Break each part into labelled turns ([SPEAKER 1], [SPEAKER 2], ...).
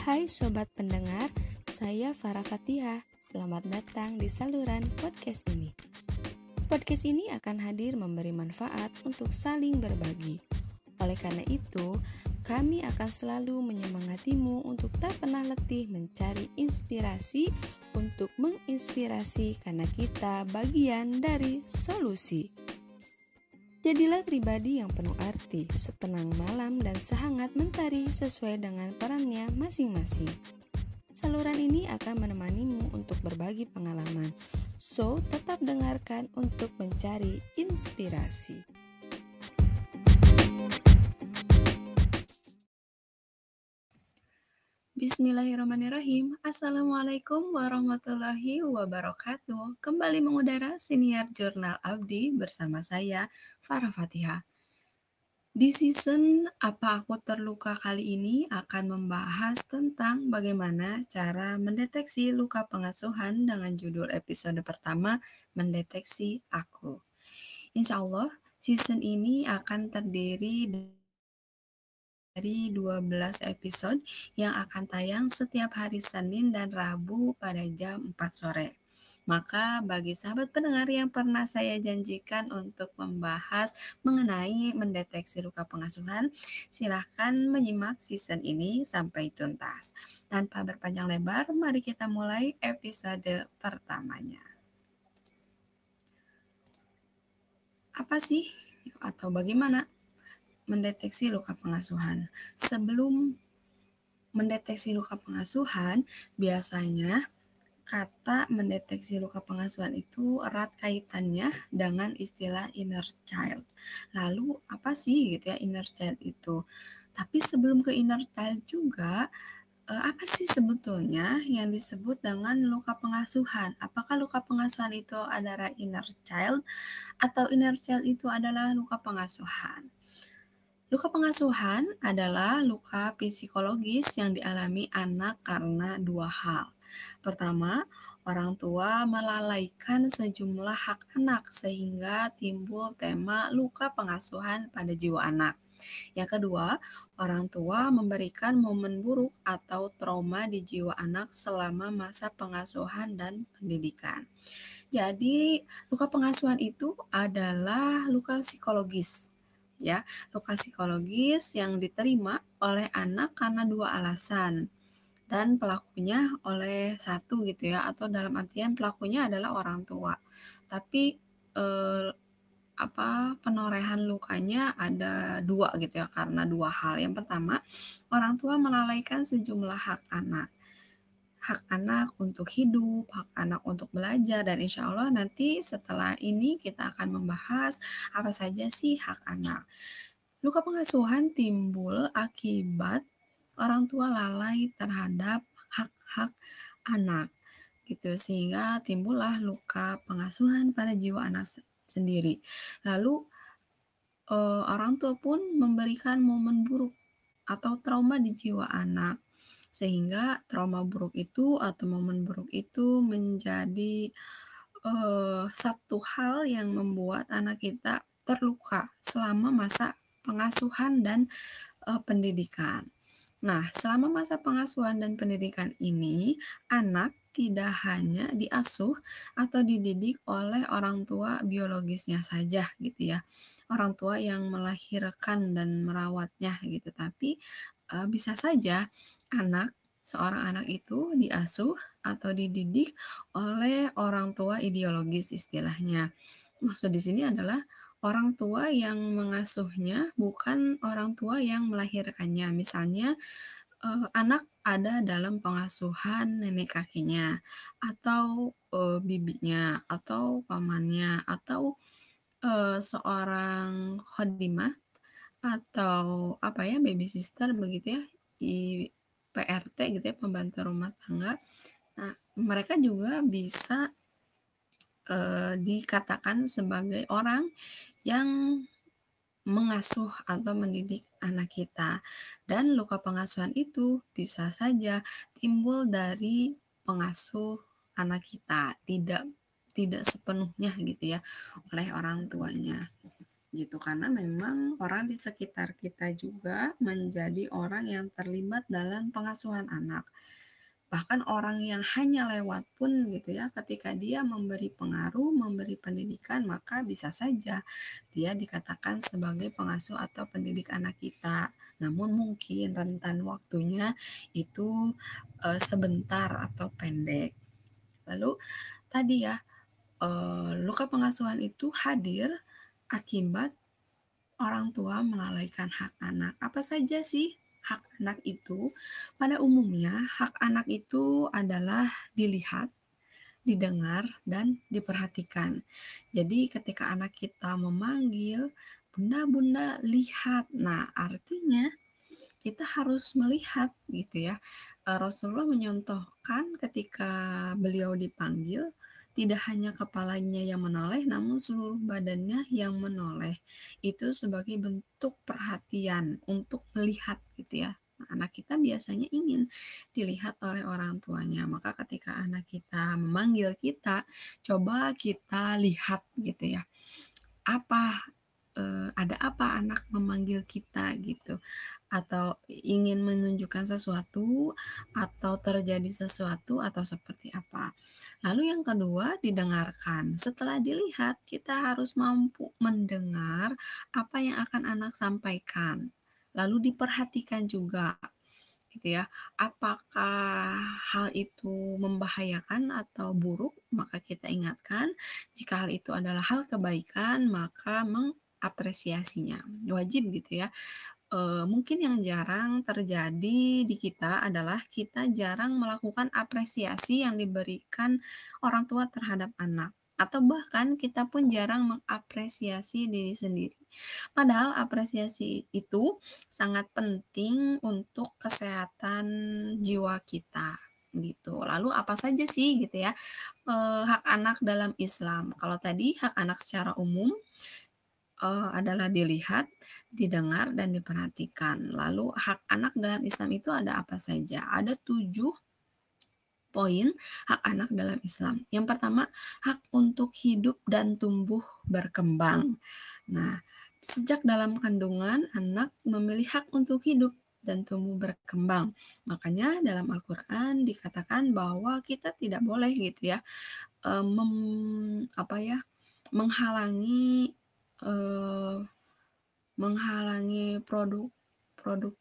[SPEAKER 1] Hai sobat pendengar, saya Farah Fatihah. Selamat datang di saluran podcast ini. Podcast ini akan hadir memberi manfaat untuk saling berbagi. Oleh karena itu, kami akan selalu menyemangatimu untuk tak pernah letih mencari inspirasi untuk menginspirasi karena kita bagian dari solusi. Jadilah pribadi yang penuh arti, setenang malam dan sehangat mentari sesuai dengan perannya masing-masing. Saluran ini akan menemanimu untuk berbagi pengalaman, so tetap dengarkan untuk mencari inspirasi. Bismillahirrahmanirrahim. Assalamualaikum warahmatullahi wabarakatuh. Kembali mengudara siniar Jurnal Abdi bersama saya, Farah Fatihah. Di season Apa Aku Terluka kali ini akan membahas tentang bagaimana cara mendeteksi luka pengasuhan dengan judul episode pertama, Mendeteksi Aku. Insya Allah, season ini akan terdiri dari 12 episode yang akan tayang setiap hari Senin dan Rabu pada jam 4 sore. Maka bagi sahabat pendengar yang pernah saya janjikan untuk membahas mengenai mendeteksi luka pengasuhan, silahkan menyimak season ini sampai tuntas. Tanpa berpanjang lebar, mari kita mulai episode pertamanya. Apa sih atau bagaimana mendeteksi luka pengasuhan? Sebelum mendeteksi luka pengasuhan, biasanya kata mendeteksi luka pengasuhan itu erat kaitannya dengan istilah inner child. Lalu apa sih gitu ya inner child itu? Tapi sebelum ke inner child juga, apa sih sebetulnya yang disebut dengan luka pengasuhan? Apakah luka pengasuhan itu adalah inner child atau inner child itu adalah luka pengasuhan? Luka pengasuhan adalah luka psikologis yang dialami anak karena dua hal. Pertama, orang tua melalaikan sejumlah hak anak sehingga timbul tema luka pengasuhan pada jiwa anak. Yang kedua, orang tua memberikan momen buruk atau trauma di jiwa anak selama masa pengasuhan dan pendidikan. Jadi, luka pengasuhan itu adalah luka psikologis. Ya, luka psikologis yang diterima oleh anak karena dua alasan dan pelakunya oleh satu gitu ya, atau dalam artian pelakunya adalah orang tua. Tapi penorehan lukanya ada dua gitu ya, karena dua hal. Yang pertama, orang tua melalaikan sejumlah hak anak untuk hidup, hak anak untuk belajar, dan insya Allah nanti setelah ini kita akan membahas apa saja sih hak anak. Luka pengasuhan timbul akibat orang tua lalai terhadap hak-hak anak gitu, sehingga timbullah luka pengasuhan pada jiwa anak sendiri. Lalu orang tua pun memberikan momen buruk atau trauma di jiwa anak, sehingga trauma buruk itu atau momen buruk itu menjadi satu hal yang membuat anak kita terluka selama masa pengasuhan dan pendidikan. Nah, selama masa pengasuhan dan pendidikan ini, anak tidak hanya diasuh atau dididik oleh orang tua biologisnya saja gitu ya. Orang tua yang melahirkan dan merawatnya gitu, tapi bisa saja seorang anak itu diasuh atau dididik oleh orang tua ideologis istilahnya. Maksud di sini adalah orang tua yang mengasuhnya, bukan orang tua yang melahirkannya. Misalnya, anak ada dalam pengasuhan nenek kakeknya, atau bibinya, atau pamannya, atau seorang khodimah, atau baby sister begitu ya, PRT gitu ya, pembantu rumah tangga. Nah, mereka juga bisa dikatakan sebagai orang yang mengasuh atau mendidik anak kita. Dan luka pengasuhan itu bisa saja timbul dari pengasuh anak kita, tidak sepenuhnya gitu ya oleh orang tuanya. gitu. Karena memang orang di sekitar kita juga menjadi orang yang terlibat dalam pengasuhan anak. Bahkan orang yang hanya lewat pun gitu ya, ketika dia memberi pengaruh, memberi pendidikan, maka bisa saja dia dikatakan sebagai pengasuh atau pendidik anak kita. Namun mungkin rentan waktunya itu, sebentar atau pendek. Lalu tadi ya, luka pengasuhan itu hadir akibat orang tua melalaikan hak anak. Apa saja sih hak anak itu? Pada umumnya, hak anak itu adalah dilihat, didengar, dan diperhatikan. Jadi ketika anak kita memanggil, "Bunda, bunda, lihat." Nah, artinya kita harus melihat gitu ya. Rasulullah menyontohkan ketika beliau dipanggil, tidak hanya kepalanya yang menoleh, namun seluruh badannya yang menoleh. Itu sebagai bentuk perhatian untuk melihat gitu ya. Nah, anak kita biasanya ingin dilihat oleh orang tuanya. Maka ketika anak kita memanggil kita, coba kita lihat gitu ya. Apa, ada apa anak memanggil kita gitu, atau ingin menunjukkan sesuatu, atau terjadi sesuatu, atau seperti apa. Lalu yang kedua, didengarkan. Setelah dilihat, kita harus mampu mendengar apa yang akan anak sampaikan. Lalu diperhatikan juga gitu ya. Apakah hal itu membahayakan atau buruk, maka kita ingatkan. Jika hal itu adalah hal kebaikan, maka mengapresiasinya. Wajib gitu ya. Mungkin yang jarang terjadi di kita adalah kita jarang melakukan apresiasi yang diberikan orang tua terhadap anak, atau bahkan kita pun jarang mengapresiasi diri sendiri. Padahal apresiasi itu sangat penting untuk kesehatan jiwa kita, gitu. Lalu apa saja sih gitu ya, hak anak dalam Islam? Kalau tadi hak anak secara umum adalah dilihat, didengar, dan diperhatikan. Lalu hak anak dalam Islam itu ada apa saja? Ada 7 poin hak anak dalam Islam. Yang pertama, hak untuk hidup dan tumbuh berkembang. Nah, sejak dalam kandungan, anak memilih hak untuk hidup dan tumbuh berkembang. Makanya dalam Al-Quran dikatakan bahwa kita tidak boleh gitu ya, apa ya, menghalangi, eee menghalangi produk produk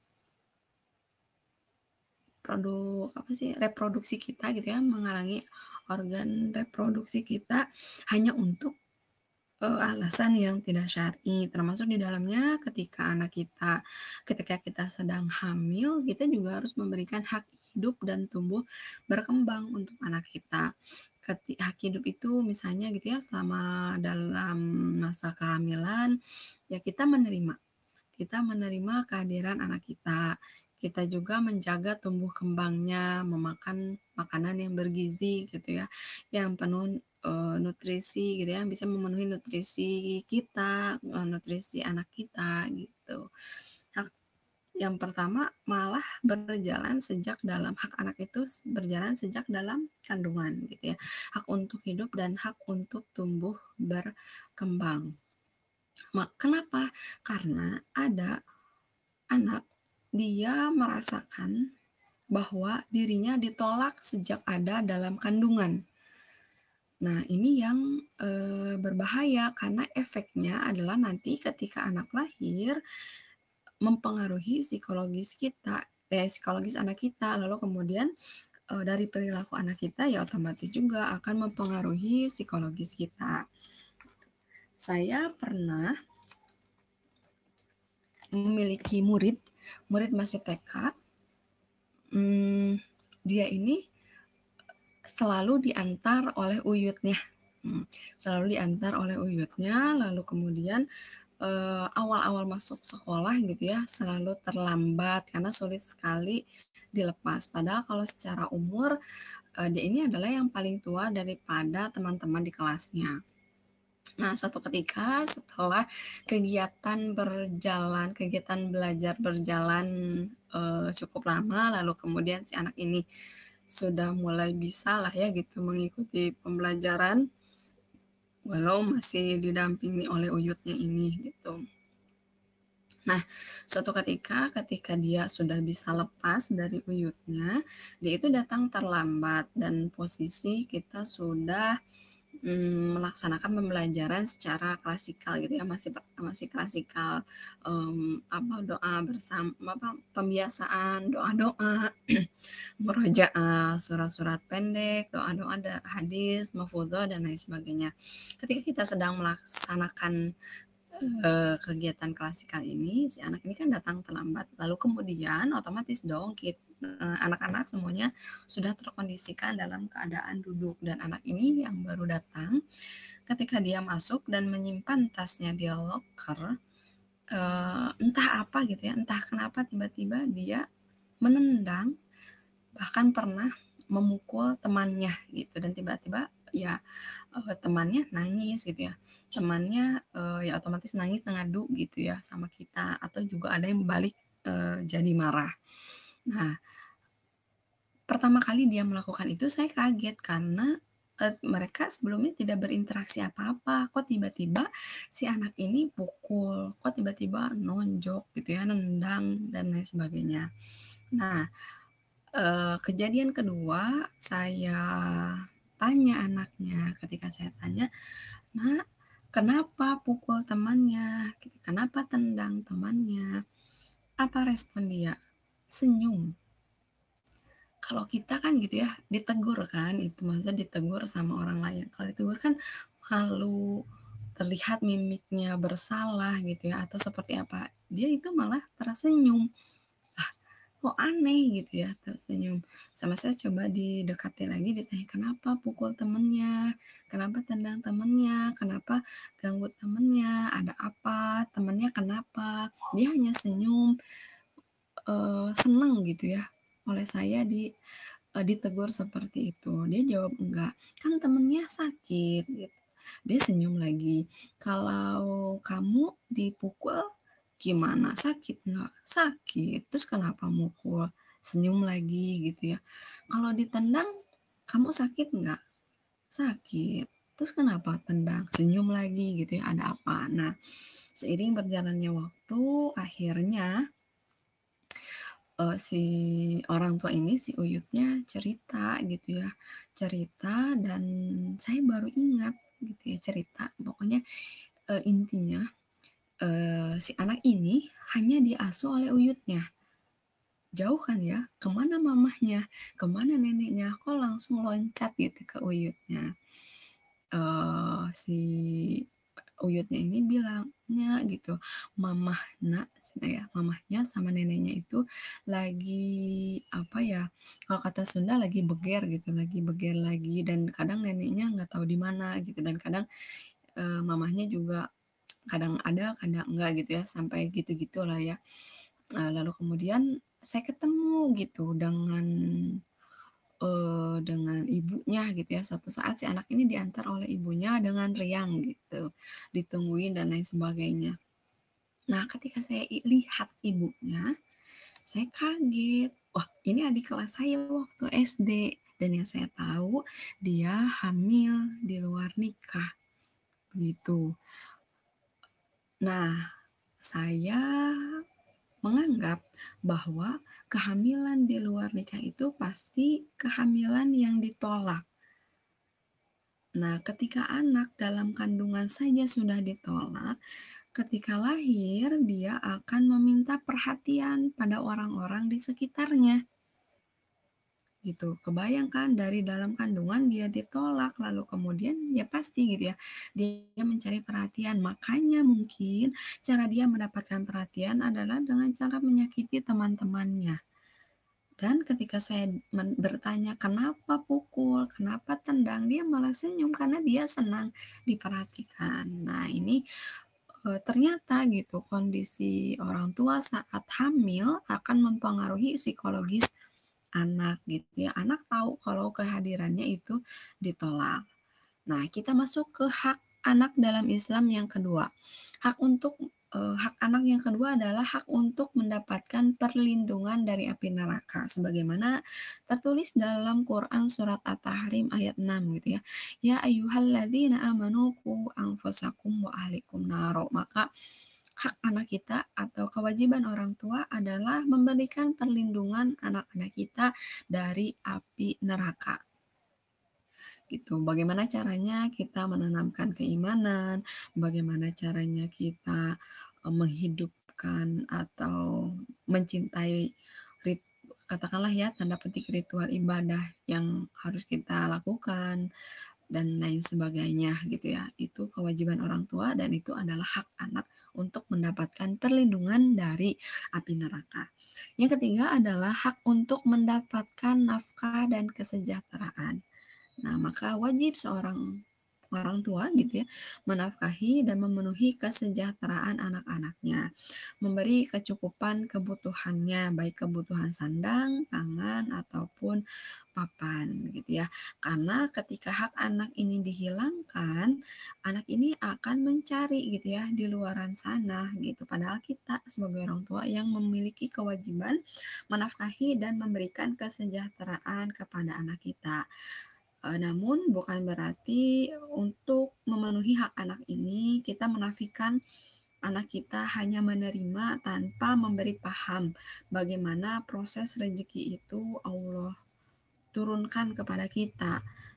[SPEAKER 1] produk apa sih, reproduksi kita gitu ya, menghalangi organ reproduksi kita hanya untuk, alasan yang tidak syar'i. Termasuk di dalamnya ketika kita sedang hamil, kita juga harus memberikan hak hidup dan tumbuh berkembang untuk anak kita. Hak hidup itu misalnya gitu ya, selama dalam masa kehamilan, ya kita menerima kehadiran anak kita. Kita juga menjaga tumbuh kembangnya, memakan makanan yang bergizi gitu ya, yang penuh, nutrisi gitu ya, bisa memenuhi nutrisi kita, nutrisi anak kita gitu. Hak yang pertama malah berjalan sejak dalam hak anak itu berjalan sejak dalam kandungan gitu ya. Hak untuk hidup dan hak untuk tumbuh berkembang. Kenapa? Karena ada anak, dia merasakan bahwa dirinya ditolak sejak ada dalam kandungan. Nah, ini yang, berbahaya karena efeknya adalah nanti ketika anak lahir mempengaruhi psikologis anak kita, lalu kemudian, dari perilaku anak kita ya otomatis juga akan mempengaruhi psikologis kita. Saya pernah memiliki murid masih TK. Dia ini selalu diantar oleh uyutnya, selalu diantar oleh uyutnya, lalu kemudian, awal-awal masuk sekolah gitu ya, selalu terlambat karena sulit sekali dilepas. Padahal kalau secara umur, dia ini adalah yang paling tua daripada teman-teman di kelasnya. Nah, suatu ketika setelah kegiatan belajar berjalan, cukup lama, lalu kemudian si anak ini sudah mulai bisa lah ya gitu mengikuti pembelajaran, walau masih didampingi oleh uyutnya ini gitu. Nah, suatu ketika dia sudah bisa lepas dari uyutnya, dia itu datang terlambat dan posisi kita sudah melaksanakan pembelajaran secara klasikal gitu ya, masih klasikal, apa, doa bersama apa, pembiasaan, doa-doa, murojaah, surat-surat pendek, doa-doa hadis, mafudho, dan lain sebagainya. Ketika kita sedang melaksanakan kegiatan klasikal ini, si anak ini kan datang terlambat, lalu kemudian otomatis dong anak-anak semuanya sudah terkondisikan dalam keadaan duduk dan anak ini yang baru datang, ketika dia masuk dan menyimpan tasnya di loker, entah apa gitu ya, entah kenapa tiba-tiba dia menendang, bahkan pernah memukul temannya gitu dan tiba-tiba ya, temannya nangis gitu ya. Temannya, ya otomatis nangis ngadu gitu ya sama kita atau juga ada yang balik, jadi marah. Nah, pertama kali dia melakukan itu saya kaget karena, mereka sebelumnya tidak berinteraksi apa-apa, kok tiba-tiba si anak ini pukul, kok tiba-tiba nonjok gitu ya, nendang dan lain sebagainya. Nah, kejadian kedua, saya tanya anaknya, ketika saya tanya, "Nak, kenapa pukul temannya? Gitu, kenapa tendang temannya?" Apa respon dia? Senyum. Kalau kita kan gitu ya, ditegur kan, itu maksudnya ditegur sama orang lain. Kalau ditegur kan malu, terlihat mimiknya bersalah gitu ya, atau seperti apa. Dia itu malah tersenyum. Kok aneh gitu ya, tersenyum. Sama saya coba didekati lagi, ditanya, "Kenapa pukul temennya? Kenapa tendang temennya? Kenapa ganggu temennya? Ada apa? Temennya kenapa?" Dia hanya senyum, seneng gitu ya, oleh saya ditegur seperti itu. Dia jawab, "Enggak, kan temennya sakit," gitu. Dia senyum lagi, "Kalau kamu dipukul gimana? Sakit nggak?" "Sakit." "Terus kenapa mukul?" Senyum lagi gitu ya. "Kalau ditendang, kamu sakit nggak?" "Sakit." "Terus kenapa tendang?" Senyum lagi gitu ya, "Ada apa?" Nah, seiring berjalannya waktu, akhirnya si orang tua ini, si Uyutnya cerita gitu ya, cerita dan saya baru ingat gitu ya cerita. Pokoknya, intinya, si anak ini hanya diasuh oleh Uyutnya. Jauh kan ya, kemana mamahnya, kemana neneknya, kok langsung loncat gitu ke Uyutnya. Si Uyutnya ini bilangnya gitu, mamahna cenah ya, mamahnya sama neneknya itu lagi, apa ya, kalau kata Sunda lagi beger lagi dan kadang neneknya nggak tahu di mana gitu dan kadang, mamahnya juga kadang ada, kadang enggak gitu ya, sampai gitu-gitulah ya. Lalu kemudian saya ketemu gitu dengan ibunya gitu ya, suatu saat si anak ini diantar oleh ibunya dengan riang gitu, ditungguin dan lain sebagainya. Nah, ketika saya lihat ibunya, saya kaget, wah ini adik kelas saya waktu SD, dan yang saya tahu dia hamil di luar nikah, begitu. Nah, saya menganggap bahwa kehamilan di luar nikah itu pasti kehamilan yang ditolak. Nah, ketika anak dalam kandungan saja sudah ditolak, ketika lahir dia akan meminta perhatian pada orang-orang di sekitarnya. Gitu. Kebayang kan dari dalam kandungan dia ditolak, lalu kemudian ya pasti gitu ya, dia mencari perhatian. Makanya mungkin cara dia mendapatkan perhatian adalah dengan cara menyakiti teman-temannya. Dan ketika saya bertanya, "Kenapa pukul? Kenapa tendang?" Dia malah senyum karena dia senang diperhatikan. Nah, ini, ternyata gitu kondisi orang tua saat hamil akan mempengaruhi psikologis anak gitu ya. Anak tahu kalau kehadirannya itu ditolak. Nah, kita masuk ke hak anak dalam Islam yang kedua. Hak untuk hak anak yang kedua adalah hak untuk mendapatkan perlindungan dari api neraka, sebagaimana tertulis dalam Quran surat At-Tahrim ayat 6 gitu ya. Ya ayyuhalladzina amanu qu anfusakum wa ahlikum naro. Maka hak anak kita atau kewajiban orang tua adalah memberikan perlindungan anak-anak kita dari api neraka gitu. Bagaimana caranya kita menanamkan keimanan, bagaimana caranya kita menghidupkan atau mencintai rit katakanlah ya tanda petik ritual ibadah yang harus kita lakukan dan lain sebagainya gitu ya. Itu kewajiban orang tua dan itu adalah hak anak untuk mendapatkan perlindungan dari api neraka. Yang ketiga adalah hak untuk mendapatkan nafkah dan kesejahteraan. Nah, maka wajib seorang orang tua gitu ya, menafkahi dan memenuhi kesejahteraan anak-anaknya, memberi kecukupan kebutuhannya, baik kebutuhan sandang, pangan, ataupun papan gitu ya. Karena ketika hak anak ini dihilangkan, anak ini akan mencari gitu ya di luaran sana gitu. Padahal kita sebagai orang tua yang memiliki kewajiban menafkahi dan memberikan kesejahteraan kepada anak kita. Namun bukan berarti untuk memenuhi hak anak ini kita menafikan anak kita hanya menerima tanpa memberi paham bagaimana proses rezeki itu Allah turunkan kepada kita.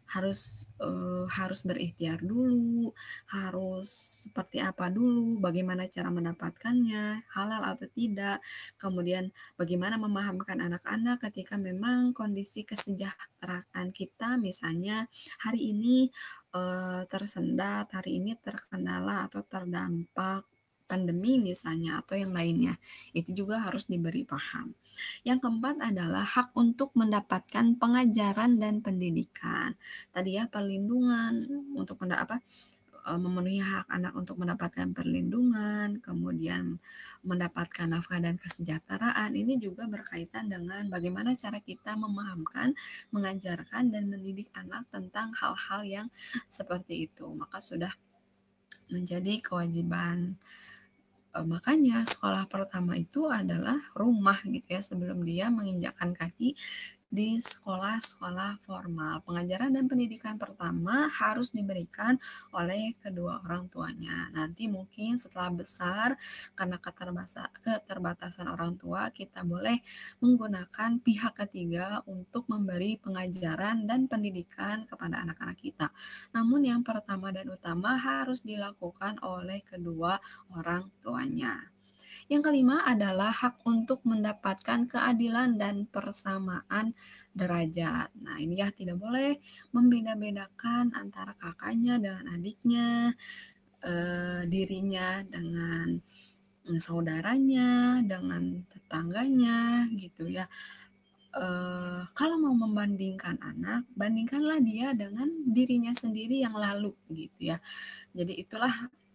[SPEAKER 1] Harus berikhtiar dulu, harus seperti apa dulu, bagaimana cara mendapatkannya, halal atau tidak, kemudian bagaimana memahamkan anak-anak ketika memang kondisi kesejahteraan kita misalnya hari ini, tersendat, hari ini terkendala atau terdampak pandemi misalnya atau yang lainnya, itu juga harus diberi paham. Yang keempat adalah hak untuk mendapatkan pengajaran dan pendidikan. Tadi ya perlindungan untuk memenuhi hak anak untuk mendapatkan perlindungan, kemudian mendapatkan nafkah dan kesejahteraan. Ini juga berkaitan dengan bagaimana cara kita memahamkan, mengajarkan dan mendidik anak tentang hal-hal yang seperti itu. Maka sudah menjadi kewajiban. Makanya sekolah pertama itu adalah rumah gitu ya, sebelum dia menginjakkan kaki di sekolah-sekolah formal. Pengajaran dan pendidikan pertama harus diberikan oleh kedua orang tuanya. Nanti mungkin setelah besar, karena keterbatasan orang tua, kita boleh menggunakan pihak ketiga untuk memberi pengajaran dan pendidikan kepada anak-anak kita. Namun yang pertama dan utama harus dilakukan oleh kedua orang tuanya. Yang kelima adalah hak untuk mendapatkan keadilan dan persamaan derajat. Nah, ini ya tidak boleh membeda-bedakan antara kakaknya dengan adiknya, dirinya dengan saudaranya, dengan tetangganya gitu ya. Kalau mau membandingkan anak, bandingkanlah dia dengan dirinya sendiri yang lalu gitu ya. Jadi itulah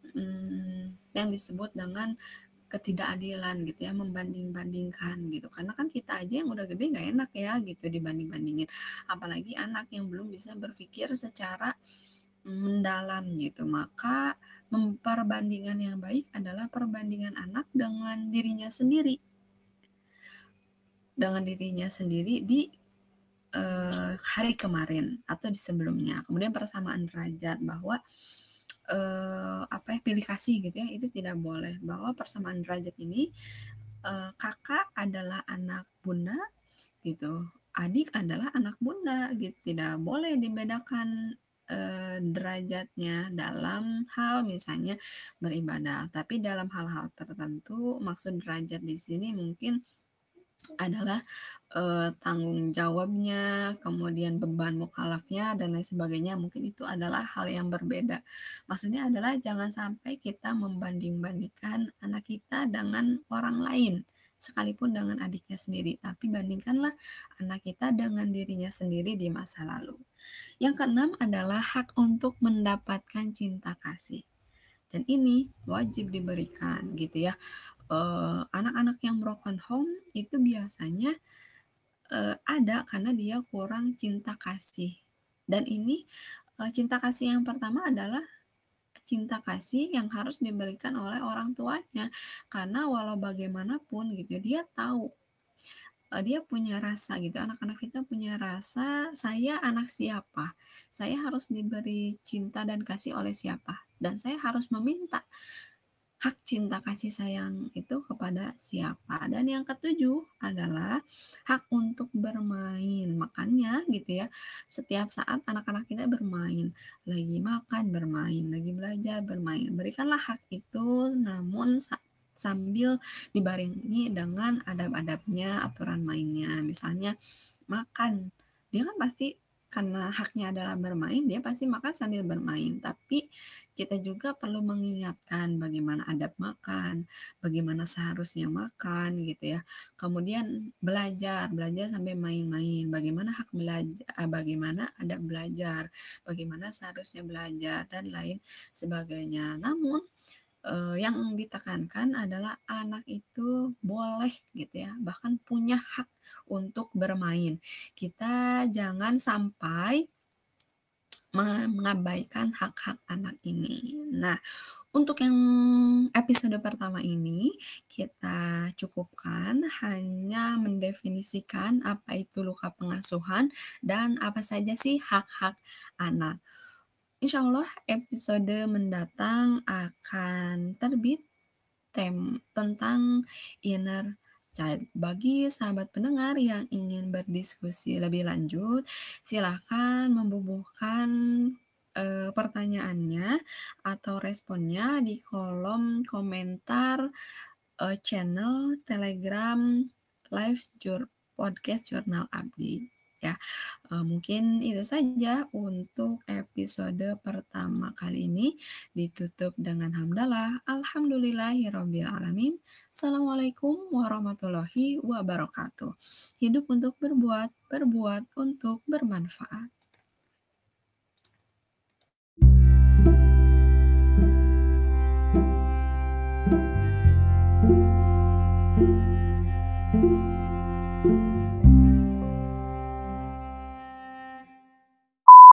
[SPEAKER 1] yang disebut dengan ketidakadilan gitu ya, membanding-bandingkan gitu. Karena kan kita aja yang udah gede nggak enak ya gitu dibanding-bandingin. Apalagi anak yang belum bisa berpikir secara mendalam gitu. Maka perbandingan yang baik adalah perbandingan anak dengan dirinya sendiri. Dengan dirinya sendiri di hari kemarin atau di sebelumnya. Kemudian persamaan derajat bahwa pilih kasih gitu ya, itu tidak boleh. Bahwa persamaan derajat ini kakak adalah anak bunda gitu, adik adalah anak bunda gitu, tidak boleh dibedakan derajatnya dalam hal misalnya beribadah. Tapi dalam hal-hal tertentu maksud derajat di sini mungkin adalah tanggung jawabnya, kemudian beban mukhalafnya dan lain sebagainya, mungkin itu adalah hal yang berbeda. Maksudnya adalah jangan sampai kita membanding-bandingkan anak kita dengan orang lain, sekalipun dengan adiknya sendiri, tapi bandingkanlah anak kita dengan dirinya sendiri di masa lalu. Yang keenam adalah hak untuk mendapatkan cinta kasih. Dan ini wajib diberikan gitu ya. Anak-anak yang broken home itu biasanya ada karena dia kurang cinta kasih. Dan ini cinta kasih yang pertama adalah cinta kasih yang harus diberikan oleh orang tuanya. Karena walau bagaimanapun gitu ya, dia tahu, dia punya rasa gitu, anak-anak kita punya rasa, "Saya anak siapa? Saya harus diberi cinta dan kasih oleh siapa? Dan saya harus meminta hak cinta kasih sayang itu kepada siapa?" Dan yang ketujuh adalah hak untuk bermain. Makanya gitu ya, setiap saat anak-anak kita bermain, lagi makan bermain, lagi belajar bermain. Berikanlah hak itu namun sambil dibarengi dengan adab-adabnya, aturan mainnya. Misalnya makan, dia kan pasti karena haknya adalah bermain, dia pasti makan sambil bermain. Tapi kita juga perlu mengingatkan bagaimana adab makan, bagaimana seharusnya makan gitu ya. Kemudian belajar, belajar sampai main-main, bagaimana bagaimana adab belajar, bagaimana seharusnya belajar dan lain sebagainya. Namun yang ditekankan adalah anak itu boleh gitu ya, bahkan punya hak untuk bermain. Kita jangan sampai mengabaikan hak-hak anak ini. Nah, untuk yang episode pertama ini, kita cukupkan hanya mendefinisikan apa itu luka pengasuhan dan apa saja sih hak-hak anak. Insya Allah episode mendatang akan terbit tentang inner child. Bagi sahabat pendengar yang ingin berdiskusi lebih lanjut, silakan membubuhkan pertanyaannya atau responnya di kolom komentar channel Telegram Live Podcast Jurnal Abdi ya. Mungkin itu saja untuk episode pertama kali ini. Ditutup dengan hamdalah. Alhamdulillahirrabbilalamin. Assalamualaikum warahmatullahi wabarakatuh. Hidup untuk berbuat, berbuat untuk bermanfaat.